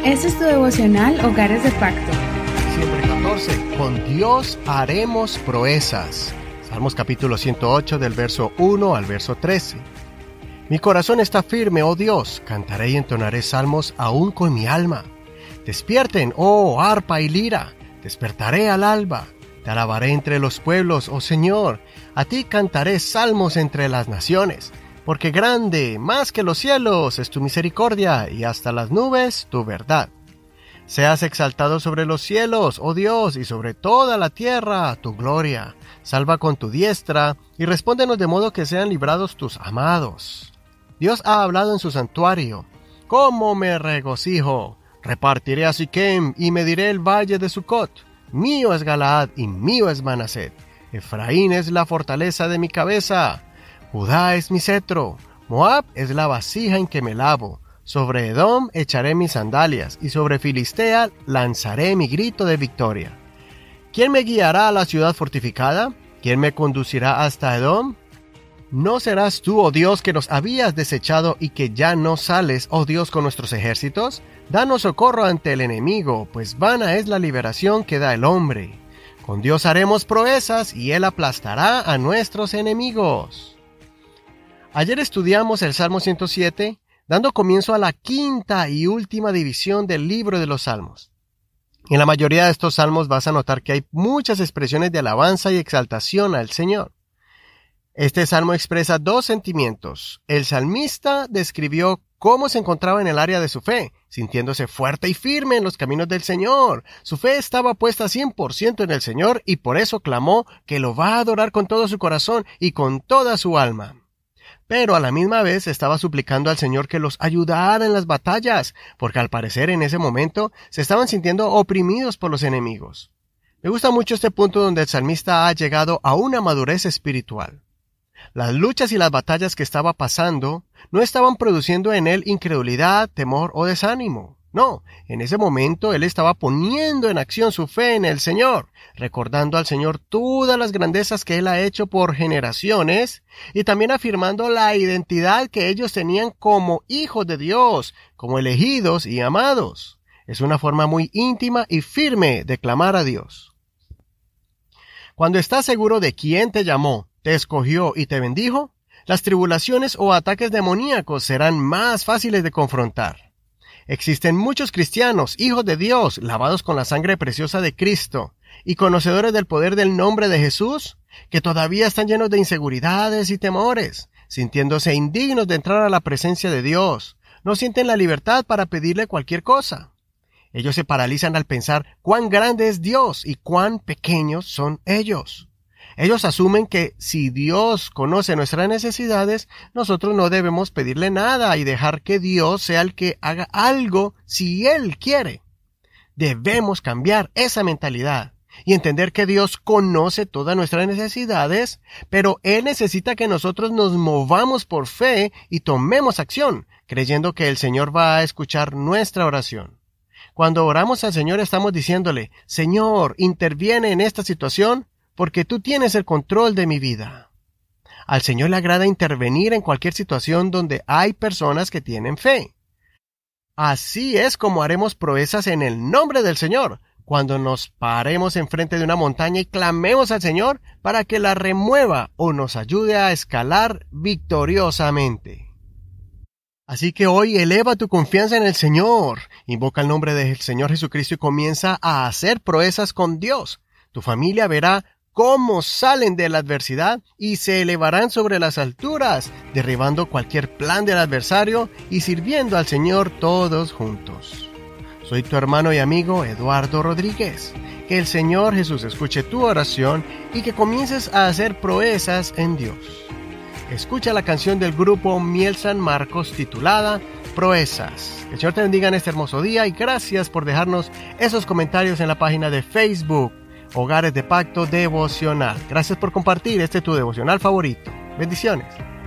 Este es tu devocional Hogares de Pacto. Diciembre 14. Con Dios haremos proezas. Salmos capítulo 108 del verso 1 al verso 13. Mi corazón está firme, oh Dios, cantaré y entonaré salmos aún con mi alma. Despierten, oh arpa y lira, despertaré al alba. Te alabaré entre los pueblos, oh Señor, a ti cantaré salmos entre las naciones. Porque grande, más que los cielos, es tu misericordia, y hasta las nubes tu verdad. Seas exaltado sobre los cielos, oh Dios, y sobre toda la tierra tu gloria. Salva con tu diestra, y respóndenos de modo que sean librados tus amados. Dios ha hablado en su santuario. ¿Cómo me regocijo? Repartiré a Siquem, y mediré el valle de Sucot. Mío es Galaad, y mío es Manaset. Efraín es la fortaleza de mi cabeza. Judá es mi cetro, Moab es la vasija en que me lavo. Sobre Edom echaré mis sandalias, y sobre Filistea lanzaré mi grito de victoria. ¿Quién me guiará a la ciudad fortificada? ¿Quién me conducirá hasta Edom? ¿No serás tú, oh Dios, que nos habías desechado y que ya no sales, oh Dios, con nuestros ejércitos? Danos socorro ante el enemigo, pues vana es la liberación que da el hombre. Con Dios haremos proezas, y Él aplastará a nuestros enemigos. Ayer estudiamos el Salmo 107, dando comienzo a la quinta y última división del libro de los Salmos. En la mayoría de estos salmos vas a notar que hay muchas expresiones de alabanza y exaltación al Señor. Este salmo expresa dos sentimientos. El salmista describió cómo se encontraba en el área de su fe, sintiéndose fuerte y firme en los caminos del Señor. Su fe estaba puesta 100% en el Señor y por eso clamó que lo va a adorar con todo su corazón y con toda su alma. Pero a la misma vez estaba suplicando al Señor que los ayudara en las batallas, porque al parecer en ese momento se estaban sintiendo oprimidos por los enemigos. Me gusta mucho este punto donde el salmista ha llegado a una madurez espiritual. Las luchas y las batallas que estaba pasando no estaban produciendo en él incredulidad, temor o desánimo. No, en ese momento él estaba poniendo en acción su fe en el Señor, recordando al Señor todas las grandezas que Él ha hecho por generaciones y también afirmando la identidad que ellos tenían como hijos de Dios, como elegidos y amados. Es una forma muy íntima y firme de clamar a Dios. Cuando estás seguro de quién te llamó, te escogió y te bendijo, las tribulaciones o ataques demoníacos serán más fáciles de confrontar. Existen muchos cristianos, hijos de Dios, lavados con la sangre preciosa de Cristo y conocedores del poder del nombre de Jesús, que todavía están llenos de inseguridades y temores, sintiéndose indignos de entrar a la presencia de Dios. No sienten la libertad para pedirle cualquier cosa. Ellos se paralizan al pensar cuán grande es Dios y cuán pequeños son ellos. Ellos asumen que si Dios conoce nuestras necesidades, nosotros no debemos pedirle nada y dejar que Dios sea el que haga algo si Él quiere. Debemos cambiar esa mentalidad y entender que Dios conoce todas nuestras necesidades, pero Él necesita que nosotros nos movamos por fe y tomemos acción, creyendo que el Señor va a escuchar nuestra oración. Cuando oramos al Señor estamos diciéndole, Señor, interviene en esta situación, porque tú tienes el control de mi vida. Al Señor le agrada intervenir en cualquier situación donde hay personas que tienen fe. Así es como haremos proezas en el nombre del Señor, cuando nos paremos enfrente de una montaña y clamemos al Señor para que la remueva o nos ayude a escalar victoriosamente. Así que hoy eleva tu confianza en el Señor, invoca el nombre del Señor Jesucristo y comienza a hacer proezas con Dios. Tu familia verá cómo salen de la adversidad y se elevarán sobre las alturas, derribando cualquier plan del adversario y sirviendo al Señor todos juntos. Soy tu hermano y amigo Eduardo Rodríguez. Que el Señor Jesús escuche tu oración y que comiences a hacer proezas en Dios. Escucha la canción del grupo Miel San Marcos titulada Proezas. Que el Señor te bendiga en este hermoso día y gracias por dejarnos esos comentarios en la página de Facebook Hogares de Pacto Devocional. Gracias por compartir tu devocional favorito. Bendiciones.